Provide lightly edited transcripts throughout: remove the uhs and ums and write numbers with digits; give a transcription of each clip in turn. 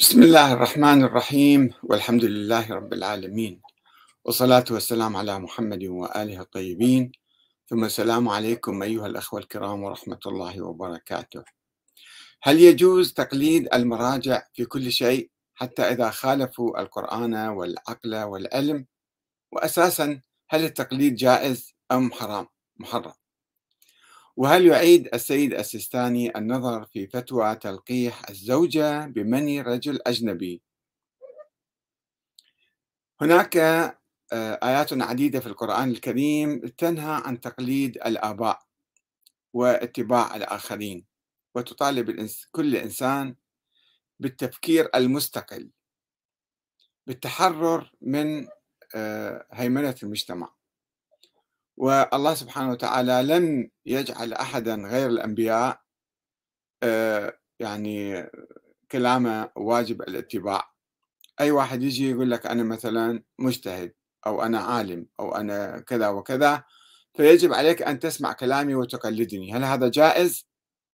بسم الله الرحمن الرحيم والحمد لله رب العالمين والصلاة والسلام على محمد وآله الطيبين ثم السلام عليكم أيها الأخوة الكرام ورحمة الله وبركاته. هل يجوز تقليد المراجع في كل شيء حتى إذا خالفوا القرآن والعقل والعلم؟ وأساسا هل التقليد جائز أم محرم؟ وهل يعيد السيد السيستاني النظر في فتوى تلقيح الزوجة بمني رجل أجنبي؟ هناك آيات عديدة في القرآن الكريم تنهى عن تقليد الآباء واتباع الآخرين، وتطالب كل إنسان بالتفكير المستقل، بالتحرر من هيمنة المجتمع. والله سبحانه وتعالى لم يجعل أحدا غير الأنبياء يعني كلامه واجب الاتباع. أي واحد يجي يقول لك أنا مثلا مجتهد أو أنا عالم أو أنا كذا وكذا، فيجب عليك أن تسمع كلامي وتقلدني. هل هذا جائز؟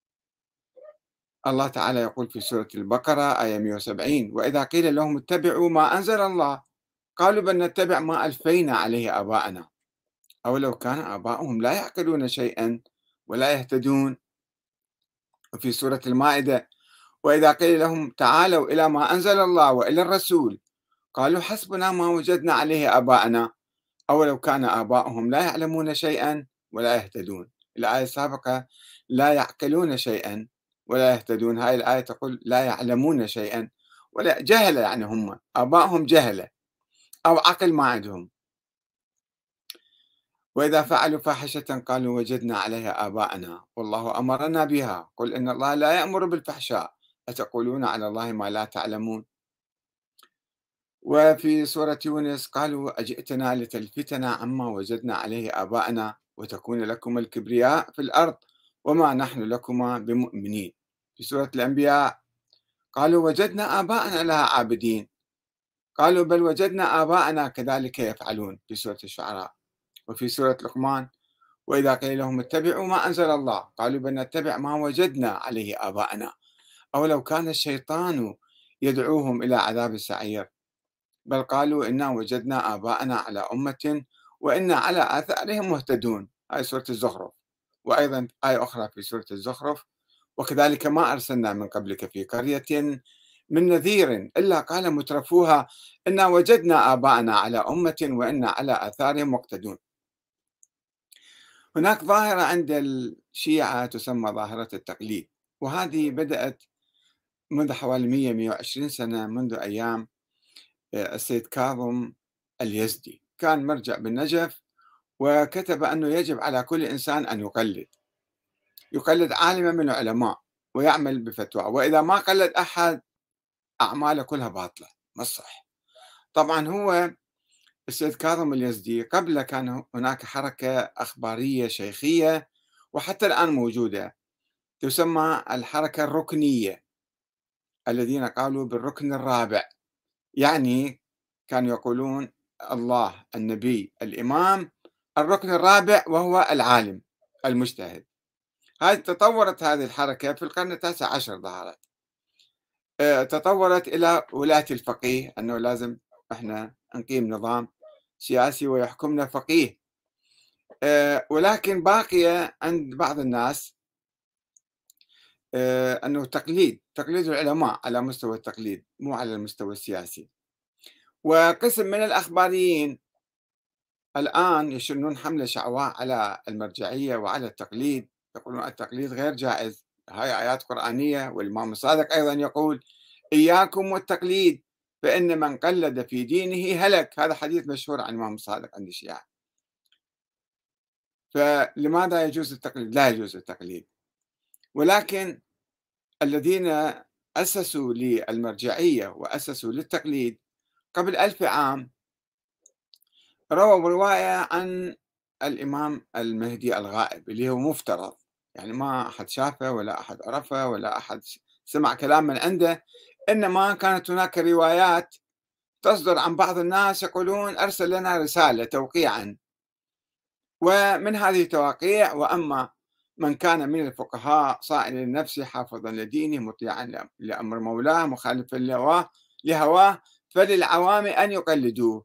الله تعالى يقول في سورة البقرة آية 170: وإذا قيل لهم اتبعوا ما أنزل الله قالوا بل نتبع ما ألفينا عليه آباءنا أولو كان آباؤهم لا يعقلون شيئا ولا يهتدون. وفي سورة المائدة: وإذا قيل لهم تعالوا إلى ما أنزل الله وإلى الرسول قالوا حسبنا ما وجدنا عليه آباءنا أولو كان آباؤهم لا يعلمون شيئا ولا يهتدون. الآية السابقة لا يعقلون شيئا ولا يهتدون، هاي الآية تقول لا يعلمون شيئا ولا جهلة، يعني هم آباؤهم جهلة أو عقل ما عندهم. وإذا فعلوا فاحشة قالوا وجدنا عليها آباءنا والله أمرنا بها قل إن الله لا يأمر بالفحشاء أتقولون على الله ما لا تعلمون. وفي سورة يونس قالوا أجئتنا لتلفتنا عما وجدنا عليه آباءنا وتكون لكم الكبرياء في الأرض وما نحن لكما بمؤمنين. في سورة الأنبياء قالوا وجدنا آباءنا لها عابدين قالوا بل وجدنا آباءنا كذلك يفعلون. في سورة الشعراء. وفي سورة لقمان: وإذا قيل لهم اتبعوا ما أنزل الله قالوا بل نتبع ما وجدنا عليه آباءنا أولو كان الشيطان يدعوهم إلى عذاب السعير بل قالوا إنا وجدنا آباءنا على أمة وإنا على آثارهم مهتدون. هاي سورة الزخرف. وأيضا آية أخرى في سورة الزخرف: وكذلك ما أرسلنا من قبلك في قرية من نذير إلا قال مترفوها إنا وجدنا آباءنا على أمة وإنا على آثارهم مقتدون. هناك ظاهرة عند الشيعة تسمى ظاهرة التقليد، وهذه بدأت منذ حوالي 100-120 سنة، منذ أيام السيد كاظم اليزدي. كان مرجع بالنجف وكتب أنه يجب على كل إنسان أن يقلد عالما من العلماء ويعمل بفتوى، وإذا ما قلد أحد أعماله كلها باطلة ما صح. طبعا هو السيد كاظم اليزدي قبل كان هناك حركة أخبارية شيخية وحتى الآن موجودة تسمى الحركة الركنية، الذين قالوا بالركن الرابع، يعني كانوا يقولون الله، النبي، الإمام، الركن الرابع وهو العالم المجتهد. تطورت هذه الحركة في القرن التاسع عشر، ظهرت تطورت إلى ولاية الفقيه، أنه لازم إحنا نقيم نظام سياسي ويحكمنا فقيه. ولكن باقية عند بعض الناس أنه تقليد العلماء على مستوى التقليد مو على المستوى السياسي. وقسم من الأخباريين الآن يشنون حملة شعواء على المرجعية وعلى التقليد، يقولون التقليد غير جائز، هاي آيات قرآنية، والإمام الصادق أيضا يقول إياكم والتقليد فإن من قلد في دينه هلك. هذا حديث مشهور عن الإمام الصادق عند الشيعة. فلماذا يجوز التقليد؟ لا يجوز التقليد. ولكن الذين أسسوا للمرجعية وأسسوا للتقليد قبل 1000 عام رووا رواية عن الإمام المهدي الغائب اللي هو مفترض، يعني ما أحد شافه ولا أحد عرفه ولا أحد سمع كلام من عنده، إنما كانت هناك روايات تصدر عن بعض الناس يقولون أرسل لنا رسالة توقيعا، ومن هذه التوقيع وأما من كان من الفقهاء صائلا لنفسه حافظا لدينه مطيعا لأمر مولاه مخالفا لهواه فللعوام أن يقلدوه.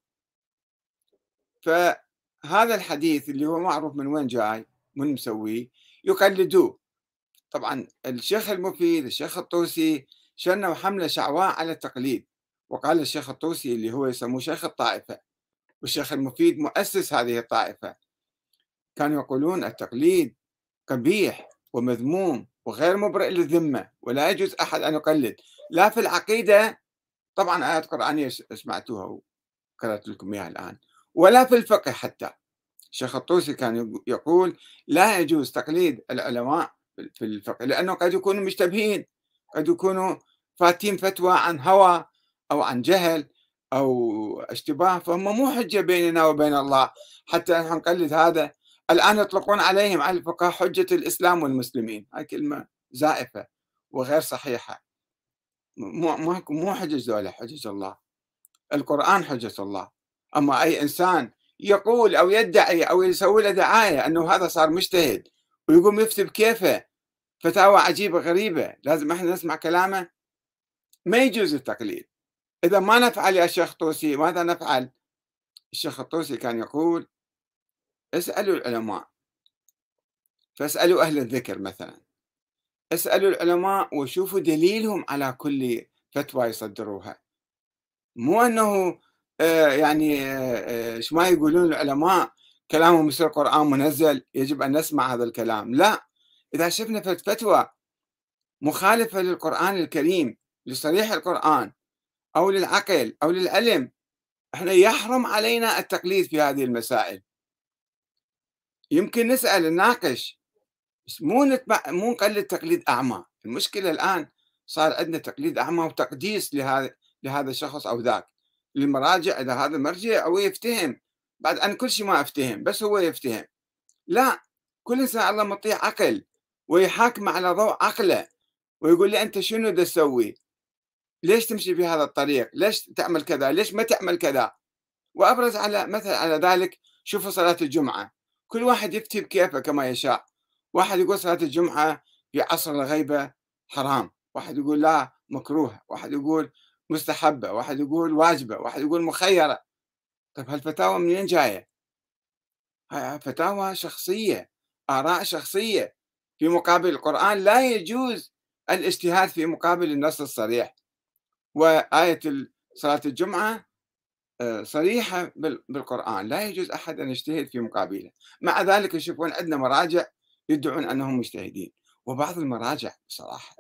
فهذا الحديث اللي هو معروف من وين جاي، من مسويه، يقلدوه. طبعا الشيخ المفيد الشيخ الطوسي شنوا حملة شعواء على التقليد، وقال الشيخ الطوسي اللي هو يسموه شيخ الطائفة، والشيخ المفيد مؤسس هذه الطائفة، كانوا يقولون التقليد قبيح ومذموم وغير مبرئ للذمة، ولا يجوز أحد أن يقلد، لا في العقيدة، طبعا آيات قرآنية سمعتوها وقرأت لكم إياها الآن، ولا في الفقه حتى. الشيخ الطوسي كان يقول لا يجوز تقليد العلماء في الفقه، لأنه قد يكونوا مشتبهين، قد يكونوا فاتين فتوى عن هوى أو عن جهل أو اشتباه، فهم مو حجة بيننا وبين الله حتى نحن نقلد هذا. الآن يطلقون عليهم على الفقهاء حجة الإسلام والمسلمين، هاي كلمة زائفة وغير صحيحة. مو حجج ذولا، حجج الله، القرآن حجة الله. أما أي إنسان يقول أو يدعي أو يسوي له دعاية أنه هذا صار مجتهد ويقوم يفتي بكيفه فتاوى عجيبة غريبة لازم احنا نسمع كلامه، ما يجوز التقليد. إذا ما نفعل يا شيخ طوسي ماذا نفعل؟ الشيخ الطوسي كان يقول اسألوا العلماء، فاسألوا أهل الذكر مثلا، اسألوا العلماء وشوفوا دليلهم على كل فتوى يصدروها، مو أنه يعني إيش ما يقولون العلماء كلامهم مثل القرآن منزل يجب أن نسمع هذا الكلام، لا. إذا شفنا فتوى مخالفة للقرآن الكريم، لصريح القرآن أو للعقل أو للعلم، احنا يحرم علينا التقليد في هذه المسائل. يمكن نسأل نناقش، بس مو نقلد تقليد أعمى. المشكلة الآن صار عندنا تقليد أعمى وتقديس لهذا الشخص أو ذاك، للمراجع، إذا هذا مرجع أو يفتهم، بعد أنا كل شيء ما أفتهم بس هو يفتهم، لا. كل إنسان الله مطيع عقل ويحاكم على ضوء عقله، ويقول لي أنت شنو دا تسوي؟ ليش تمشي في هذا الطريق؟ ليش تعمل كذا؟ ليش ما تعمل كذا؟ وأبرز على مثل على ذلك شوفوا صلاة الجمعة، كل واحد يفتي بكيفه كما يشاء. واحد يقول صلاة الجمعة في عصر الغيبة حرام، واحد يقول لا مكروه، واحد يقول مستحبة، واحد يقول واجبة، واحد يقول مخيرة. طيب هالفتاوى منين جاية؟ هاي فتاوى شخصية، آراء شخصية في مقابل القرآن. لا يجوز الاجتهاد في مقابل النص الصريح، وآية صلاة الجمعة صريحة بالقرآن، لا يجوز أحد أن يجتهد في مقابله. مع ذلك يشوفون عندنا مراجع يدعون أنهم مجتهدين، وبعض المراجع بصراحة،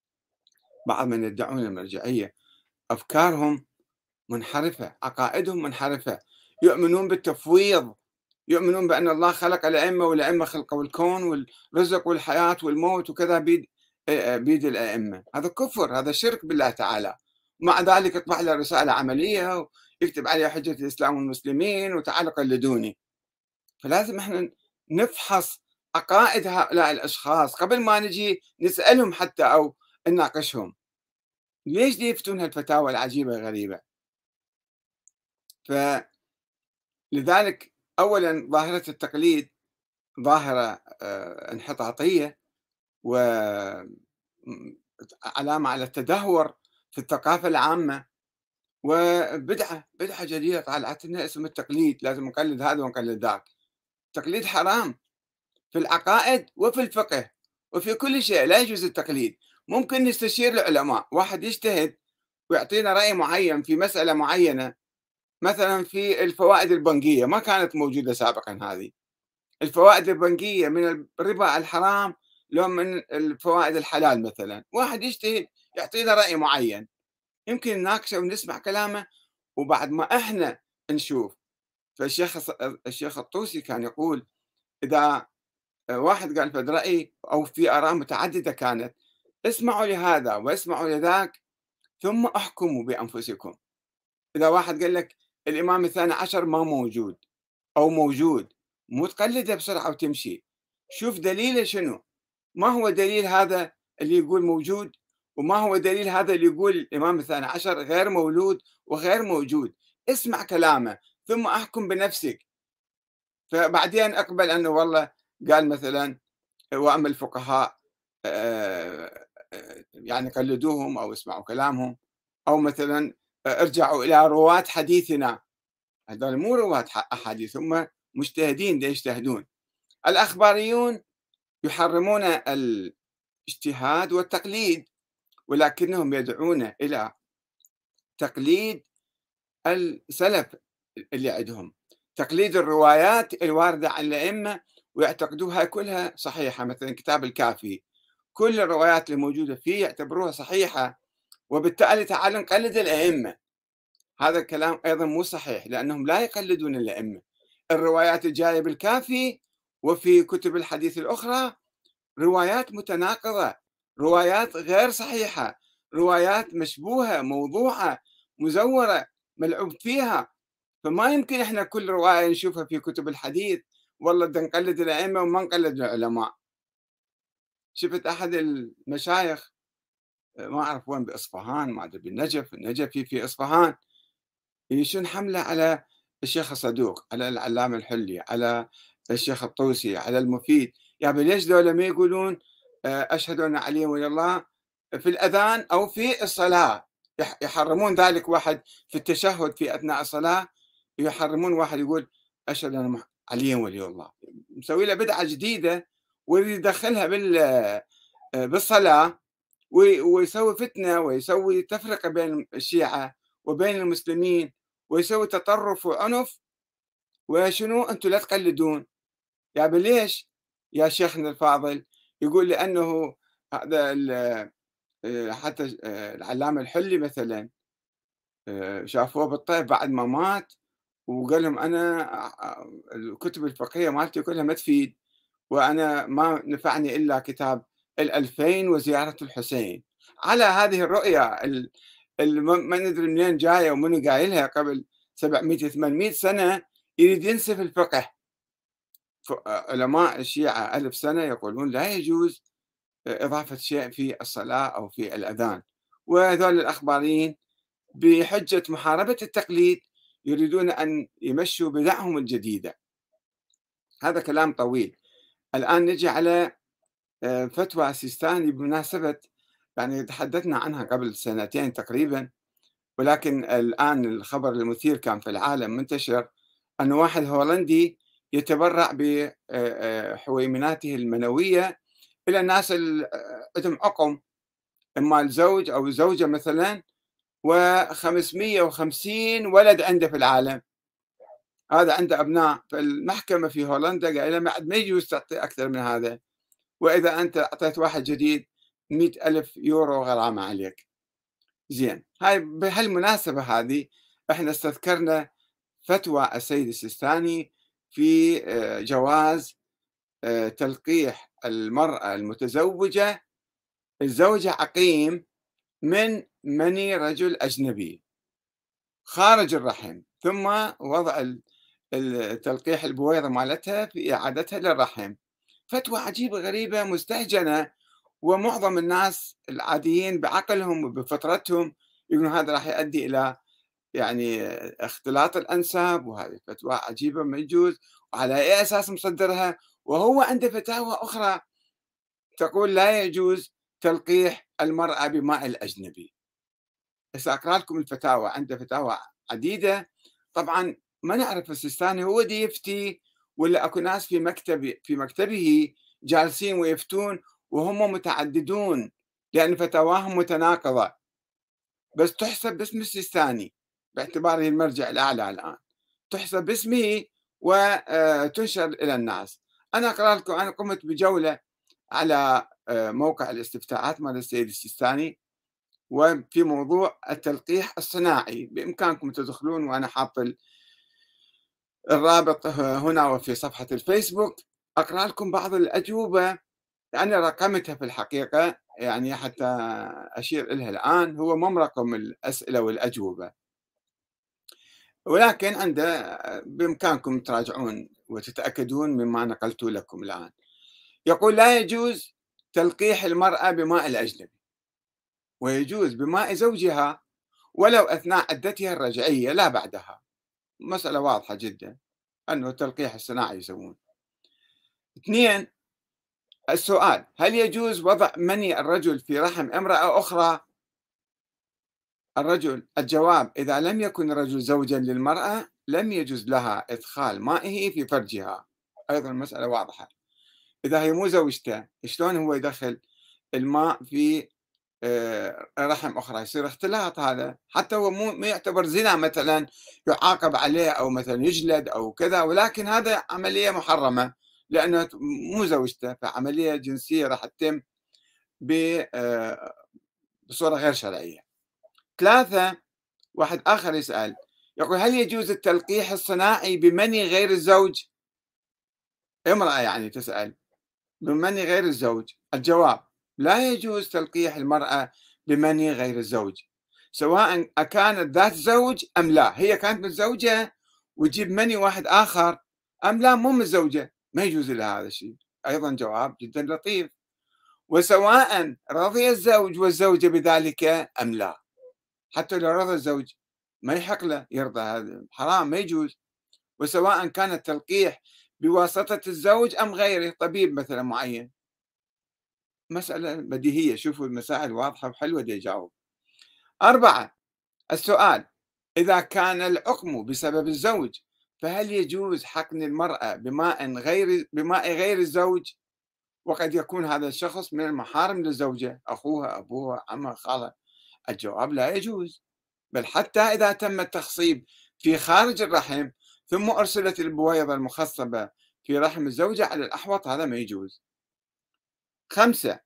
بعض من يدعون المرجعية أفكارهم منحرفة، عقائدهم منحرفة، يؤمنون بالتفويض، يؤمنون بأن الله خلق الأئمة والأئمة خلقوا الكون والرزق والحياة والموت وكذا بيد الأئمة. هذا كفر، هذا شرك بالله تعالى. ومع ذلك يطبع له رسالة عملية ويكتب عليها حجة الإسلام والمسلمين وتعالوا قلدوني. فلازم احنا نفحص عقائد هؤلاء الأشخاص قبل ما نجي نسألهم حتى أو نناقشهم. ليش دي يفتون هالفتاوى العجيبة الغريبة؟ فلذلك أولا ظاهرة التقليد ظاهرة انحطاطية وعلامة على التدهور في الثقافة العامة، بدعة جديدة طلعت لنا اسم التقليد، لازم نقلد هذا ونقلد ذاك. التقليد حرام في العقائد وفي الفقه وفي كل شيء، لا يجوز التقليد. ممكن نستشير العلماء، واحد يجتهد ويعطينا رأي معين في مسألة معينة، مثلا في الفوائد البنكية ما كانت موجودة سابقا، هذه الفوائد البنكية من الربا الحرام لو من الفوائد الحلال مثلا، واحد يجتهد يعطينا رأي معين، يمكن نناقشه ونسمع كلامه وبعد ما احنا نشوف. الشيخ الطوسي كان يقول إذا واحد قال فد رأي أو في آراء متعددة كانت، اسمعوا لهذا واسمعوا لذاك ثم احكموا بأنفسكم. إذا واحد قال لك الإمام الثاني عشر ما موجود أو موجود، مو تقلده بسرعة وتمشي، شوف دليله شنو، ما هو دليل هذا اللي يقول موجود، وما هو دليل هذا اللي يقول الإمام الثاني عشر غير مولود وغير موجود. اسمع كلامه ثم أحكم بنفسك. فبعدين أقبل أنه والله قال مثلا وأما الفقهاء يعني قلدوهم أو اسمعوا كلامهم، أو مثلًا ارجعوا إلى رواة حديثنا، هذول مو رواة أحاديث، هم مجتهدين يجتهدون. الأخباريون يحرمون الاجتهاد والتقليد، ولكنهم يدعون إلى تقليد السلف اللي عندهم، تقليد الروايات الواردة عن الأئمة ويعتقدوها كلها صحيحة. مثلا كتاب الكافي كل الروايات الموجودة فيه يعتبروها صحيحة، وبالتالي تعال نقلد الأئمة. هذا الكلام أيضا مو صحيح، لأنهم لا يقلدون الأئمة. الروايات الجاية بالكافي وفي كتب الحديث الأخرى روايات متناقضة، روايات غير صحيحة، روايات مشبوهة، موضوعة، مزورة، ملعوب فيها. فما يمكن إحنا كل رواية نشوفها في كتب الحديث والله بدنا نقلد الأئمة وما نقلد العلماء. شفت أحد المشايخ ما أعرف وين بإصفهان، ما أدري بالنجف، النجفي في إصفهان، ينشون حملة على الشيخ الصدوق، على العلامة الحلي، على الشيخ الطوسي، على المفيد. يعني ليش ذولا ما يقولون أشهد أن علي ولي الله في الأذان أو في الصلاة؟ يحرمون ذلك. واحد في التشهد في أثناء الصلاة يحرمون واحد يقول أشهد أن علي ولي الله، مسوي له بدعة جديدة ويريد يدخلها بالصلاة، ويسوي فتنة ويسوي تفرقة بين الشيعة وبين المسلمين، ويسوي تطرف وعنف. وشنو أنتم لا تقلدون؟ يعني ليش يا شيخنا الفاضل؟ يقول لأنه هذا حتى العلامة الحلي مثلا شافوه بالطيف بعد ما مات، وقال لهم أنا الكتب الفقهية مالتي كلها ما تفيد، وأنا ما نفعني إلا كتاب الألفين وزيارة الحسين. على هذه الرؤية ما ندري منين جاية ومن قايلها قبل 700 800 سنة، يريد ينسف الفقه. علماء الشيعة 1000 سنة يقولون لا يجوز إضافة شيء في الصلاة أو في الأذان، وهذول الأخباريين بحجة محاربة التقليد يريدون أن يمشوا بدعهم الجديدة. هذا كلام طويل. الآن نجي على فتوى سيستاني بمناسبة، يعني تحدثنا عنها قبل سنتين تقريبا، ولكن الآن الخبر المثير كان في العالم منتشر أن واحد هولندي يتبرع بحويمناته المنوية إلى الناس اللي عندهم عقم، إما الزوج أو الزوجة مثلا، و550 ولد عنده في العالم، هذا عنده أبناء. فالمحكمة في هولندا قال ما يجوز تعطي أكثر من هذا، وإذا أنت أعطيت واحد جديد 100,000 يورو غرامة عليك. زين، هاي بهالمناسبة هذه احنا استذكرنا فتوى السيد السيستاني في جواز تلقيح المرأة المتزوجة الزوجة عقيم من مني رجل أجنبي خارج الرحم، ثم وضع التلقيح البويضة مالتها في إعادتها للرحم. فتوى عجيبة غريبة مستهجنة، ومعظم الناس العاديين بعقلهم وبفطرتهم يقولون هذا راح يؤدي إلى يعني اختلاط الأنساب، وهذه فتوى عجيبة ما يجوز. وعلى أي أساس مصدرها؟ وهو عنده فتاوى أخرى تقول لا يجوز تلقيح المرأة بماء الأجنبي. هسه أقرأ لكم الفتاوى، عنده فتاوى عديدة. طبعا ما نعرف السيستاني هو دي يفتي ولا أكو ناس في مكتبه جالسين ويفتون وهم متعددون، لأن فتاواهم متناقضة، بس تحسب باسم السيستاني باعتباره المرجع الأعلى الآن، تحسب باسمه وتنشر إلى الناس. أنا أقرأ لكم، أنا قمت بجولة على موقع الاستفتاءات مال السيد السيستاني، وفي موضوع التلقيح الصناعي بإمكانكم تدخلون، وأنا حاط الرابط هنا وفي صفحة الفيسبوك. أقرأ لكم بعض الأجوبة، أنا رقمتها في الحقيقة يعني حتى أشير إليها الآن، هو مو رقم الأسئلة والأجوبة، ولكن عنده بإمكانكم تراجعون وتتأكدون مما نقلت لكم الآن. يقول لا يجوز تلقيح المرأة بماء الأجنبي، ويجوز بماء زوجها ولو أثناء عدتها الرجعية لا بعدها. مسألة واضحة جدا أنه التلقيح الصناعي يسوون. اثنين، السؤال: هل يجوز وضع مني الرجل في رحم امرأة أخرى؟ الجواب: إذا لم يكن الرجل زوجا للمرأة لم يجوز لها إدخال مائه في فرجها. أيضا المسألة واضحة. إذا هي مو زوجته شلون هو يدخل الماء في رحم أخرى؟ يصير اختلاط هذا، حتى هو مو يعتبر زنا مثلا يعاقب عليه أو مثلا يجلد أو كذا، ولكن هذا عملية محرمة لأنه مو زوجته، فعملية جنسية راح تتم بصورة غير شرعية. 3. واحد آخر يسأل يقول: هل يجوز التلقيح الصناعي بمني غير الزوج؟ امرأة يعني تسأل بمني غير الزوج. الجواب: لا يجوز تلقيح المرأة بمني غير الزوج، سواء أكانت ذات زوج أم لا. هي كانت متزوجة وتجيب مني واحد آخر، أم لا مو متزوجة، ما يجوز لها هذا الشيء. أيضا جواب جدا لطيف: وسواء رضي الزوج والزوجة بذلك أم لا. حتى لو رضى الزوج ما يحق له يرضى، هذا حرام ما يجوز. وسواء كان التلقيح بواسطة الزوج أم غيره، طبيب مثلا معين. مسألة بديهية. شوفوا المسائل واضحة وحلوة دي يجاوب. 4. السؤال: إذا كان العقم بسبب الزوج فهل يجوز حقن المرأة بماء غير الزوج؟ وقد يكون هذا الشخص من المحارم للزوجة، أخوها، أبوها، عمها، خالها. الجواب: لا يجوز، بل حتى إذا تم التخصيب في خارج الرحم ثم أرسلت البويضة المخصبة في رحم الزوجة على الأحوط هذا ما يجوز. 5.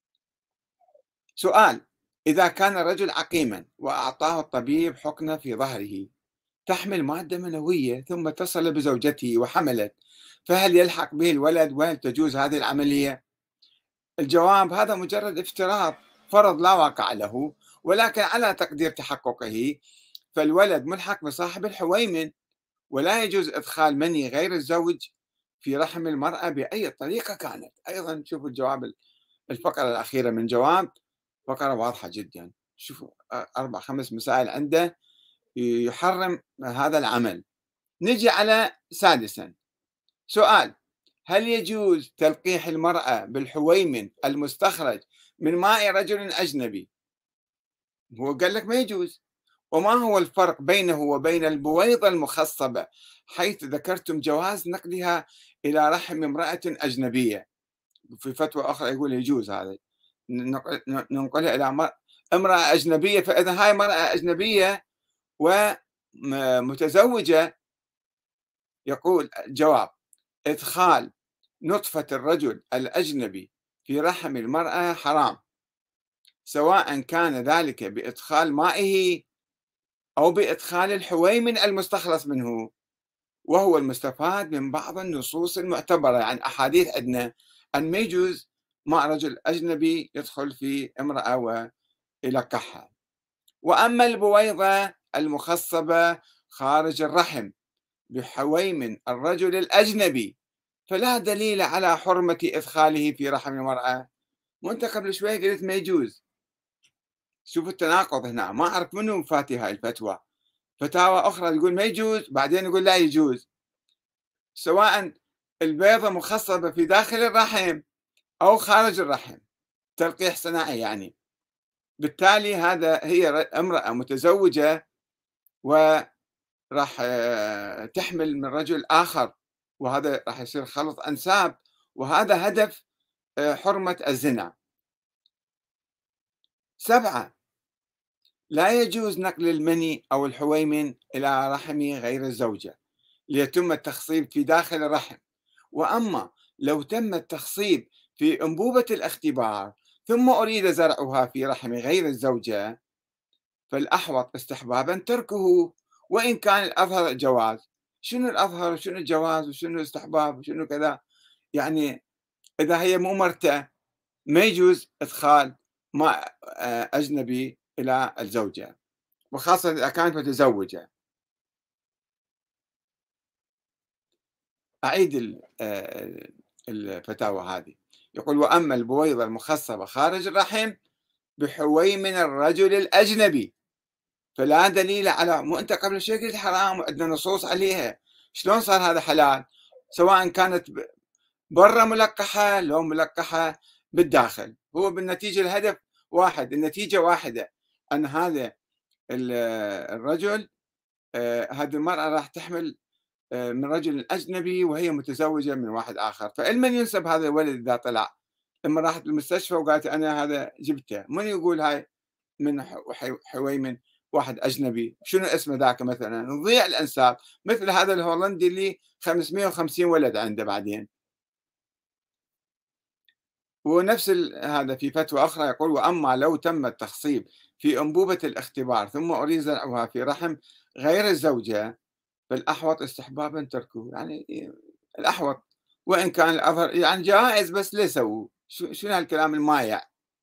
سؤال: إذا كان الرجل عقيما وأعطاه الطبيب حقنة في ظهره تحمل مادة منوية ثم اتصل بزوجته وحملت، فهل يلحق به الولد وهل تجوز هذه العملية؟ الجواب: هذا مجرد افتراض، فرض لا واقع له، ولكن على تقدير تحققه فالولد ملحق بصاحب الحويمن، ولا يجوز إدخال مني غير الزوج في رحم المرأة بأي طريقة كانت. أيضا شوفوا الجواب، الفقرة الأخيرة من جواب، فقرة واضحة جدا. شوفوا 4 5 مسائل عنده يحرم هذا العمل. نجي على 6. سؤال: هل يجوز تلقيح المرأة بالحويمن المستخرج من ماء رجل أجنبي؟ هو قال لك ما يجوز. وما هو الفرق بينه وبين البويضة المخصبة حيث ذكرتم جواز نقلها إلى رحم امرأة أجنبية؟ في فتوى أخرى يقول يجوز هذا، ننقلها إلى امرأة أجنبية. فإذا هاي امرأة أجنبية ومتزوجة، يقول الجواب: إدخال نطفة الرجل الأجنبي في رحم المرأة حرام، سواء كان ذلك بإدخال مائه أو بإدخال الحويمن المستخلص منه، وهو المستفاد من بعض النصوص المعتبرة. يعني أحاديث عندنا أن ما يجوز ماء رجل أجنبي يدخل في امرأة ويلقحها. وأما البويضة المخصبة خارج الرحم بحويمن الرجل الأجنبي فلا دليل على حرمة إدخاله في رحم المرأة. وأنت قبل شوي قلت ما يجوز. شوفوا التناقض هنا، ما أعرف منو فاتي هاي الفتوى. فتاوى أخرى تقول ما يجوز، بعدين يقول لا يجوز، سواء البيضة مخصبة في داخل الرحم أو خارج الرحم، تلقيح صناعي يعني. بالتالي هي امرأة متزوجة وراح تحمل من رجل آخر، وهذا راح يصير خلط أنساب، وهذا هدف حرمة الزنا. 7. لا يجوز نقل المني أو الحويمن إلى رحم غير الزوجة ليتم التخصيب في داخل الرحم. وأما لو تم التخصيب في أنبوبة الاختبار ثم أريد زرعها في رحم غير الزوجة فالأحوط استحبابا تركه، وإن كان الأظهر الجواز. شنو الأظهر وشنو الجواز وشنو الاستحباب وشنو كذا؟ يعني إذا هي مو مرته ما يجوز إدخال ماء أجنبي إلى الزوجة، وخاصة إذا كانت متزوجة. أعيد الفتاوى هذه. يقول: وأما البويضة المخصبة خارج الرحم بحويمن الرجل الأجنبي فلا دليل على. مو أنت قبل شوي قلت حرام وعندنا نصوص عليها، شلون صار هذا حلال؟ سواء كانت برا ملقحة لو ملقحة بالداخل، هو بالنتيجة الهدف واحد، النتيجة واحدة، أن هذا الرجل هذه المرأة راح تحمل من رجل أجنبي وهي متزوجة من واحد آخر، فإلمن ينسب هذا الولد إذا طلع؟ لما راحت المستشفى وقالت أنا هذا جبته، من يقول هاي من حويمن واحد أجنبي، شنو اسمه ذاك مثلا؟ نضيع الأنساب، مثل هذا الهولندي اللي 550 ولد عنده بعدين. ونفس هذا في فتوى أخرى يقول: وأما لو تم التخصيب في أنبوبة الاختبار ثم أريد زرعها في رحم غير الزوجة، فالأحوط استحبابا تركه. يعني الأحوط، وإن كان الأظهر يعني جائز، بس ليس هو شنو هالكلام المايع.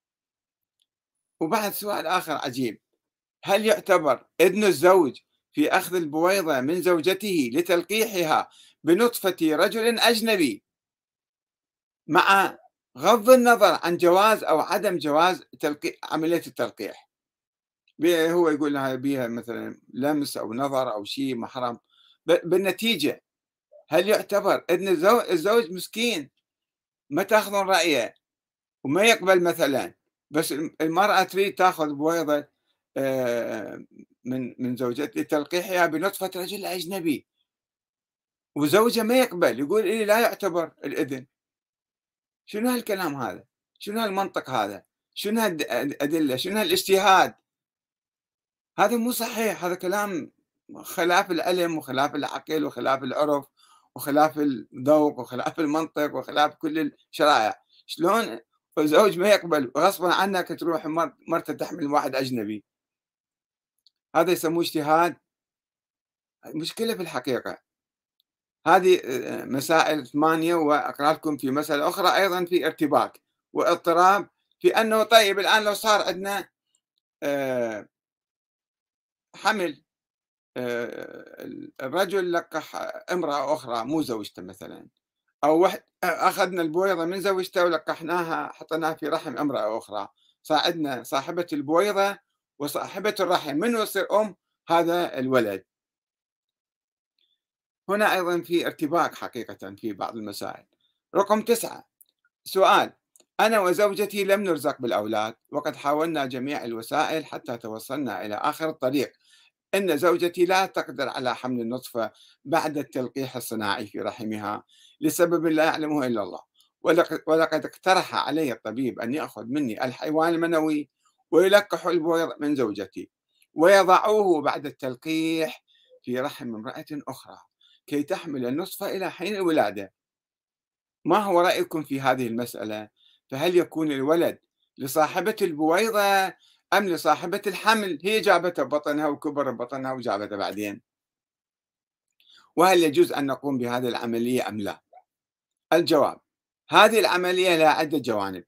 وبعد سؤال آخر عجيب: هل يعتبر إذن الزوج في أخذ البويضة من زوجته لتلقيحها بنطفة رجل أجنبي، مع غض النظر عن جواز أو عدم جواز عملية التلقيح؟ هو يقول لها بيها مثلا لمس أو نظر أو شيء محرم، بالنتيجة هل يعتبر إذن الزوج مسكين ما تاخذون رأيه وما يقبل مثلا، بس المرأة تريد تاخذ بويضة من زوجته لتلقيحها بنطفة رجل أجنبي، وزوجها ما يقبل، يقول إيه لا يعتبر الإذن؟ شنو هالكلام هذا؟ شنو هالمنطق هذا؟ شنو هالأدلة؟ شنو هالاجتهاد؟ هذا مو صحيح، هذا كلام خلاف العلم وخلاف العقل وخلاف العرف وخلاف الذوق وخلاف المنطق وخلاف كل الشرائع. شلون الزوج ما يقبل غصبا عنك تروح مرته تحمل واحد أجنبي؟ هذا يسموه اجتهاد. مشكلة في الحقيقة. هذه مسائل 8، وأقرأ لكم في مسألة أخرى أيضا في ارتباك واضطراب، في أنه طيب الآن لو صار عندنا آه، حمل، الرجل لقح امرأة أخرى مو زوجته مثلا، أو واحد أخذنا البويضة من زوجته ولقحناها حطيناها في رحم امرأة أخرى، صار عندنا صاحبة البويضة وصاحبة الرحم، من يصير أم هذا الولد؟ هنا أيضا في ارتباك حقيقة في بعض المسائل. رقم 9، سؤال: أنا وزوجتي لم نرزق بالأولاد، وقد حاولنا جميع الوسائل حتى توصلنا إلى آخر الطريق. إن زوجتي لا تقدر على حمل النطفة بعد التلقيح الصناعي في رحمها لسبب لا يعلمه إلا الله، ولقد اقترح علي الطبيب أن يأخذ مني الحيوان المنوي ويلقح البويض من زوجتي ويضعوه بعد التلقيح في رحم امرأة أخرى كي تحمل النطفة إلى حين الولادة. ما هو رأيكم في هذه المسألة؟ فهل يكون الولد لصاحبة البويضة أم لصاحبة الحمل؟ هي جابته بطنها وكبر بطنها وجابته بعدين. وهل يجوز أن نقوم بهذه العملية أم لا؟ الجواب: هذه العملية لها عدة جوانب.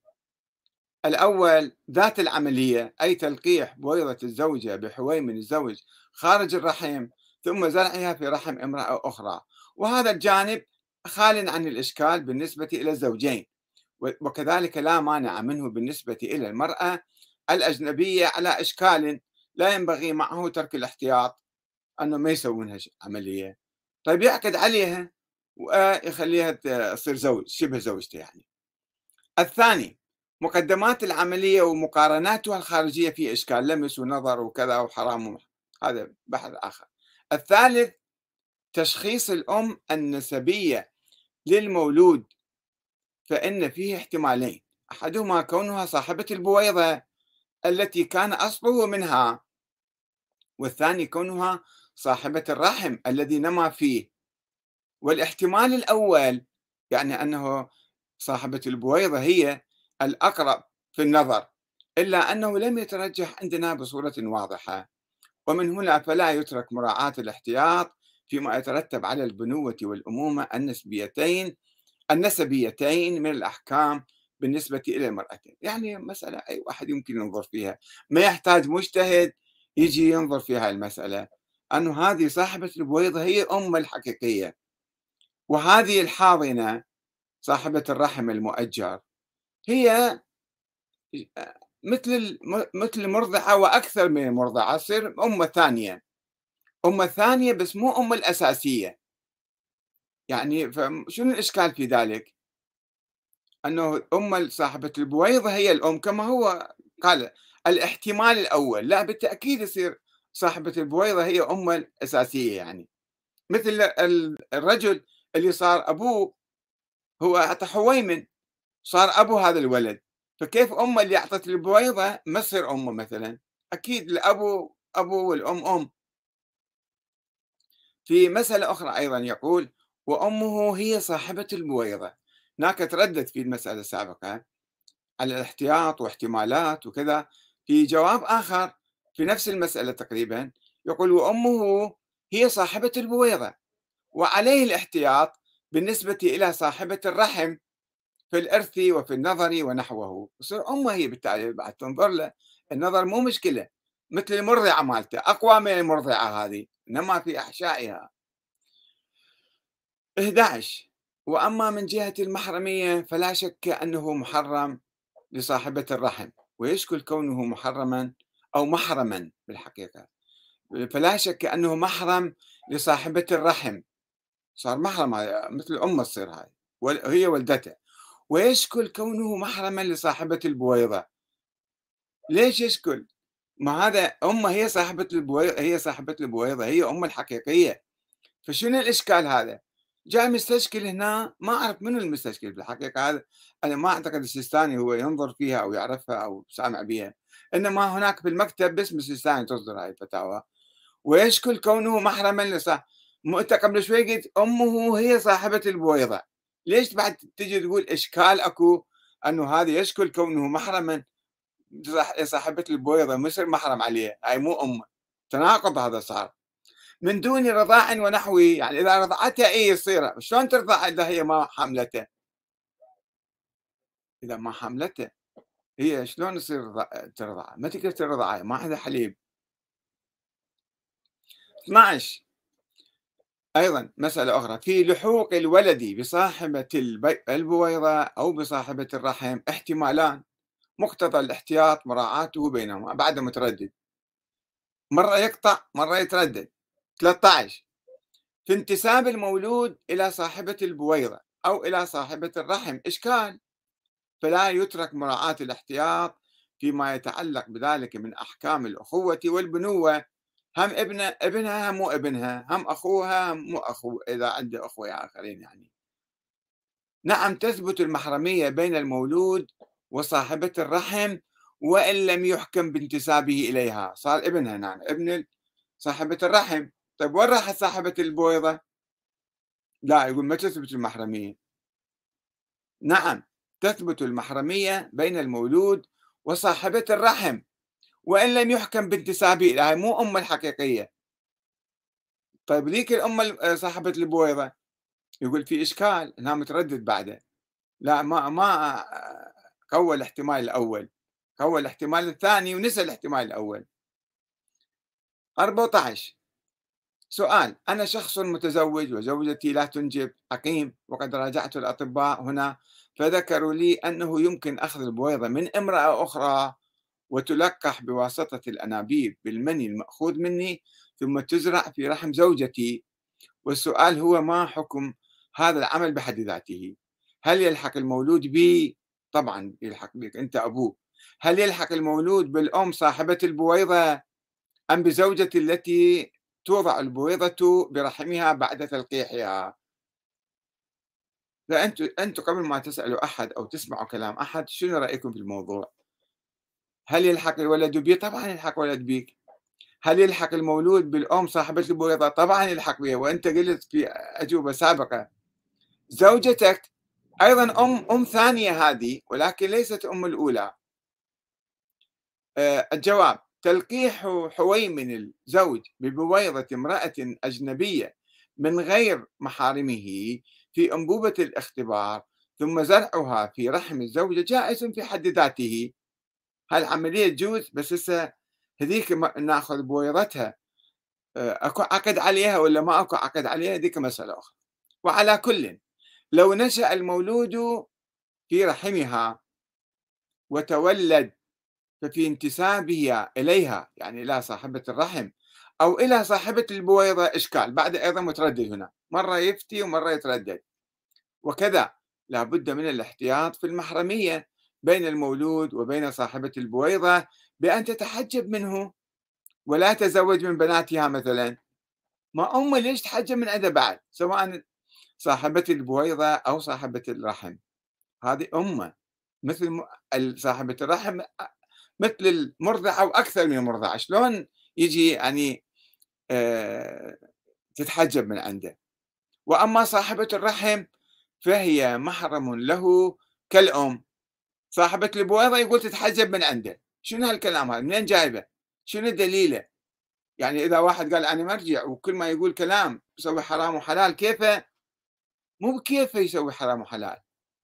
الأول ذات العملية، أي تلقيح بويضة الزوجة بحويمن الزوج خارج الرحم ثم زرعها في رحم امرأة أخرى، وهذا الجانب خال عن الإشكال بالنسبة إلى الزوجين، وكذلك لا مانع منه بالنسبة إلى المرأة الأجنبية على إشكال لا ينبغي معه ترك الاحتياط، أنه ما يسوونها عملية، طيب يعقد عليها ويخليها تصير زوج شبه زوجته يعني. الثاني مقدمات العملية ومقارناتها الخارجية في إشكال، لمس ونظر وكذا وحرام، هذا بحث آخر. الثالث تشخيص الأم النسبية للمولود، فإن فيه احتمالين: أحدهما كونها صاحبة البويضة التي كان أصله منها، والثاني كونها صاحبة الرحم الذي نما فيه. والاحتمال الأول يعني أنه صاحبة البويضة هي الأقرب في النظر، إلا أنه لم يترجح عندنا بصورة واضحة، ومن هنا فلا يترك مراعاة الاحتياط فيما يترتب على البنوة والأمومة النسبيتين من الأحكام بالنسبة إلى المرأتين. يعني مسألة أي واحد يمكن ينظر فيها، ما يحتاج مجتهد يجي ينظر في هاي المسألة، أنه هذه صاحبة البويضة هي أم الحقيقية، وهذه الحاضنة صاحبة الرحم المؤجر هي مثل المرضعة وأكثر من المرضعة، تصير أم ثانية، أم ثانية بس مو أم الأساسية. يعني فشنو الإشكال في ذلك؟ أنه صاحبة البويضة هي الأم كما هو قال. الاحتمال الأول لا بالتأكيد يصير صاحبة البويضة هي الأساسية يعني، مثل الرجل اللي صار أبوه هو أعطى حويمن، صار أبو هذا الولد، فكيف اللي أعطت البويضة ما تصير أمه مثلا؟ أكيد الأبو أبو والأم أم. في مسألة أخرى أيضا يقول: وأمه هي صاحبة البويضة. هناك تردد في المسألة السابقة على الاحتياط واحتمالات وكذا. في جواب آخر في نفس المسألة تقريبا يقول: وأمه هي صاحبة البويضة وعليه الاحتياط بالنسبة إلى صاحبة الرحم في الإرث وفي النظر ونحوه. يصير أمه هي بالتالي بعد تنظر له. النظر مو مشكلة، مثل المرضعة مالته أقوى من المرضعة هذه، إنما في أحشائها. 11: وأما من جهة المحرمية فلا شك أنه محرم لصاحبة الرحم، ويشكل كونه محرما أو محرما بالحقيقة، فلا شك أنه محرم لصاحبة الرحم، صار محرم مثل أمه تصير هاي، هي ولدته. ويشكل كونه محرما لصاحبة البويضة. ليش يشكل؟ ما هذا أمه هي صاحبة البويضة، هي صاحبة البويضة، هي أم الحقيقية. فشنو الإشكال هذا؟ جاء مستشكل هنا، ما أعرف منو المستشكل بالحقيقة. هذا أنا ما أعتقد السيستاني هو ينظر فيها أو يعرفها أو سامع بها، إنما هناك في المكتب باسم السيستاني تصدر هاي الفتاوى. ويشكل كونه محرما أنت قبل شوي قلت أمه هي صاحبة البويضة، ليش بعد تجي تقول إشكال أكو أنه هذا يشكل كونه محرما صاحبة البويضة، ما يصير محرم عليها، هاي مو أمه. تناقض هذا صار. من دون رضاع ونحوه، يعني إذا رضعتها يصير، شلون ترضع إذا هي ما حملته؟ إذا ما حملته هي شلون يصير ترضع؟ ما تقدر ترضعها، ما عندها حليب. 12: أيضا مسألة أخرى: في لحوق الولد بصاحبة البويضة أو بصاحبة الرحم احتمالان، مقتضى الاحتياط مراعاته بينهما بعد متردد، مرة يقطع مرة يتردد. 13: في انتساب المولود إلى صاحبة البويضة أو إلى صاحبة الرحم إشكال، فلا يترك مراعاة الاحتياط فيما يتعلق بذلك من أحكام الأخوة والبنوة، هم ابنها هم مو ابنها، هم أخوها هم مو أخوه إذا عنده أخوة آخرين يعني. نعم تثبت المحرمية بين المولود وصاحبة الرحم وإن لم يحكم بانتسابه إليها، صار ابنها، نعم ابن صاحبة الرحم. طيب وين راحت صاحبة البويضة؟ لا، يقول ما تثبت المحرمية. نعم تثبت المحرمية بين المولود وصاحبة الرحم وإن لم يحكم بانتسابه إليها، هاي مو أم الحقيقية. طيب ذيك الأم صاحبة البويضة، يقول في إشكال أنها متردد بعده. لا، ما قوى الاحتمال الأول، قوى الاحتمال الثاني ونسى الاحتمال الأول. 14: سؤال: أنا شخص متزوج وزوجتي لا تنجب، أقيم، وقد راجعت الأطباء هنا فذكروا لي أنه يمكن أخذ البويضة من امرأة أخرى وتلقح بواسطة الأنابيب بالمني المأخوذ مني ثم تزرع في رحم زوجتي. والسؤال هو: ما حكم هذا العمل بحد ذاته؟ هل يلحق المولود بي؟ طبعا يلحق بك، أنت أبوه. هل يلحق المولود بالأم صاحبة البويضة أم بزوجتي التي توضع البويضة برحمها بعد تلقيحها؟ فأنتم قبل ما تسألوا أحد أو تسمعوا كلام أحد، شنو رأيكم في الموضوع؟ هل يلحق الولد بي؟ طبعا يلحق ولد بيك. هل يلحق المولود بالأم صاحبة البويضة؟ طبعا يلحق بها، وأنت قلت في أجوبة سابقة زوجتك أيضا أم ثانية هذه، ولكن ليست أم الأولى. الجواب: تلقيح حويمن الزوج ببويضة امرأة أجنبية من غير محارمه في أنبوبة الاختبار ثم زرعها في رحم الزوجة جائز في حد ذاته. هالعملية تجوز، بس هسه هذيك ناخذ بويضتها، اكو عقد عليها ولا ما اكو عقد عليها، هذيك مسألة أخرى. وعلى كل، لو نشأ المولود في رحمها وتولد ففي انتسابه إليها، يعني إلى صاحبة الرحم أو إلى صاحبة البويضة إشكال، بعد أيضا متردد هنا، مرة يفتي ومرة يتردد. وكذا لا بد من الاحتياط في المحرمية بين المولود وبين صاحبة البويضة بأن تتحجب منه ولا تزوج من بناتها مثلا. ما أمه ليش تحجب من عنده بعد، سواء صاحبة البويضة أو صاحبة الرحم، هذه أمه مثل صاحبة الرحم، مثل المرضعة وأكثر من المرضعة، شلون يجي يعني آه، تتحجب من عنده؟ وأما صاحبة الرحم فهي محرم له كالأم. صاحبة البويضة يقول تتحجب من عنده، شنو هالكلام هذا؟ منين جايبه؟ شنو دليله؟ يعني إذا واحد قال أنا مرجع وكل ما يقول كلام يسوي حرام وحلال، كيفه؟ مو بكيفه يسوي حرام وحلال.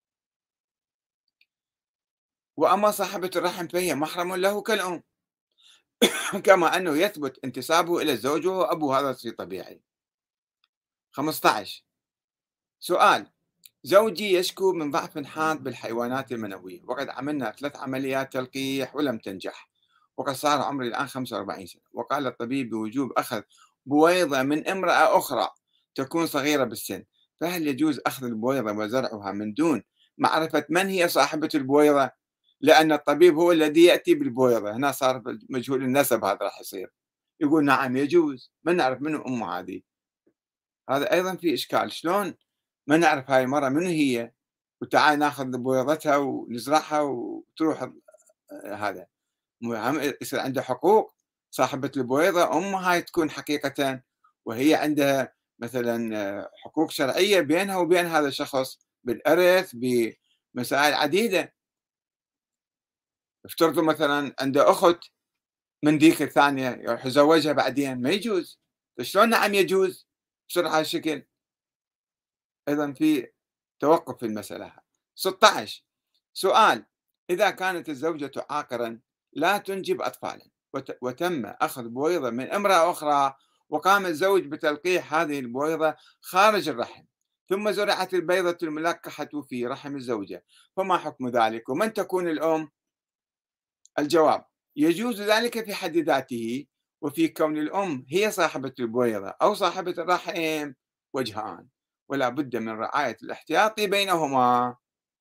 وأما صاحبة الرحم فهي محرم له كالأم، كما أنه يثبت انتسابه إلى الزوج وهو أبو، هذا شيء طبيعي. 15. سؤال: زوجي يشكو من ضعف حاد بالحيوانات المنوية، وقد عملنا 3 عمليات تلقيح ولم تنجح، وقد صار عمري الآن 45 سنة، وقال الطبيب بوجوب أخذ بويضة من امرأة أخرى تكون صغيرة بالسن، فهل يجوز أخذ البويضة وزرعها من دون معرفة من هي صاحبة البويضة؟ لأن الطبيب هو الذي يأتي بالبويضة، هنا صار مجهول النسب، هذا راح يصير. يقول نعم يجوز، ما نعرف منو أمه هذه، هذا أيضا في إشكال. شلون ما نعرف هاي المرأة منو هي وتعال ناخذ بويضتها ونزرعها وتروح هذا هم يصير عنده حقوق. صاحبة البويضة أمها هاي تكون حقيقة، وهي عندها مثلا حقوق شرعية بينها وبين هذا الشخص بالإرث بمسائل عديدة. افترضوا مثلا عنده أخت من ديك الثانية يروح يزوجها بعدين، ما يجوز. شلون نعم يجوز بسرعة هالشكل؟ أيضا في توقف في المسألة. 16. سؤال: إذا كانت الزوجة عاقرا لا تنجب أطفالا وتم أخذ بويضة من امرأة أخرى، وقام الزوج بتلقيح هذه البويضة خارج الرحم، ثم زرعت البيضة الملقحة في رحم الزوجة، فما حكم ذلك ومن تكون الأم؟ الجواب: يجوز ذلك في حد ذاته، وفي كون الأم هي صاحبة البويضة أو صاحبة الرحم وجهان، ولا بد من رعاية الاحتياط بينهما.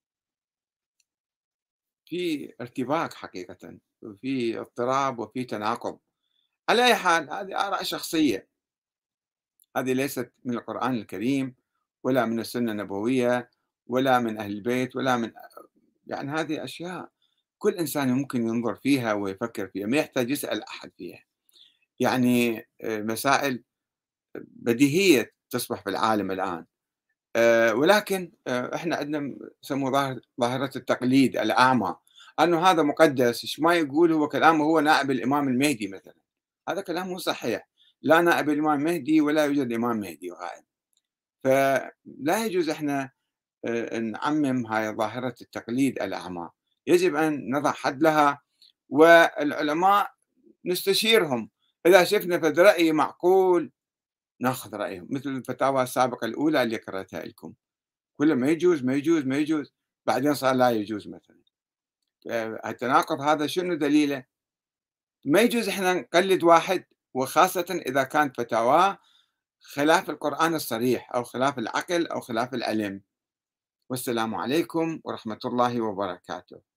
في ارتباك حقيقة، وفي اضطراب وفي تناقض. على أي حال هذه آراء شخصية، هذه ليست من القرآن الكريم ولا من السنة النبوية ولا من أهل البيت ولا من، يعني هذه أشياء كل إنسان ممكن ينظر فيها ويفكر فيها، ما يحتاج يسأل أحد فيها. يعني مسائل بديهية تصبح في العالم الآن. ولكن إحنا عندنا يسموه ظاهرة التقليد الأعمى، أنه هذا مقدس، إيش ما يقول هو كلامه، هو نائب الإمام المهدي مثلا. هذا كلام مو صحيح، لا نائب الإمام المهدي ولا يوجد إمام مهدي وغائب. فلا يجوز إحنا نعمم هاي ظاهرة التقليد الأعمى، يجب أن نضع حد لها، والعلماء نستشيرهم، إذا شفنا فد رأي معقول ناخذ رأيهم، مثل الفتاوى السابقة الأولى اللي قرأتها لكم، كل ما يجوز ما يجوز ما يجوز، بعدين صار لا يجوز مثلا. التناقض هذا شنو دليله؟ ما يجوز احنا نقلد واحد، وخاصة إذا كانت فتاواه خلاف القرآن الصريح أو خلاف العقل أو خلاف العلم. والسلام عليكم ورحمة الله وبركاته.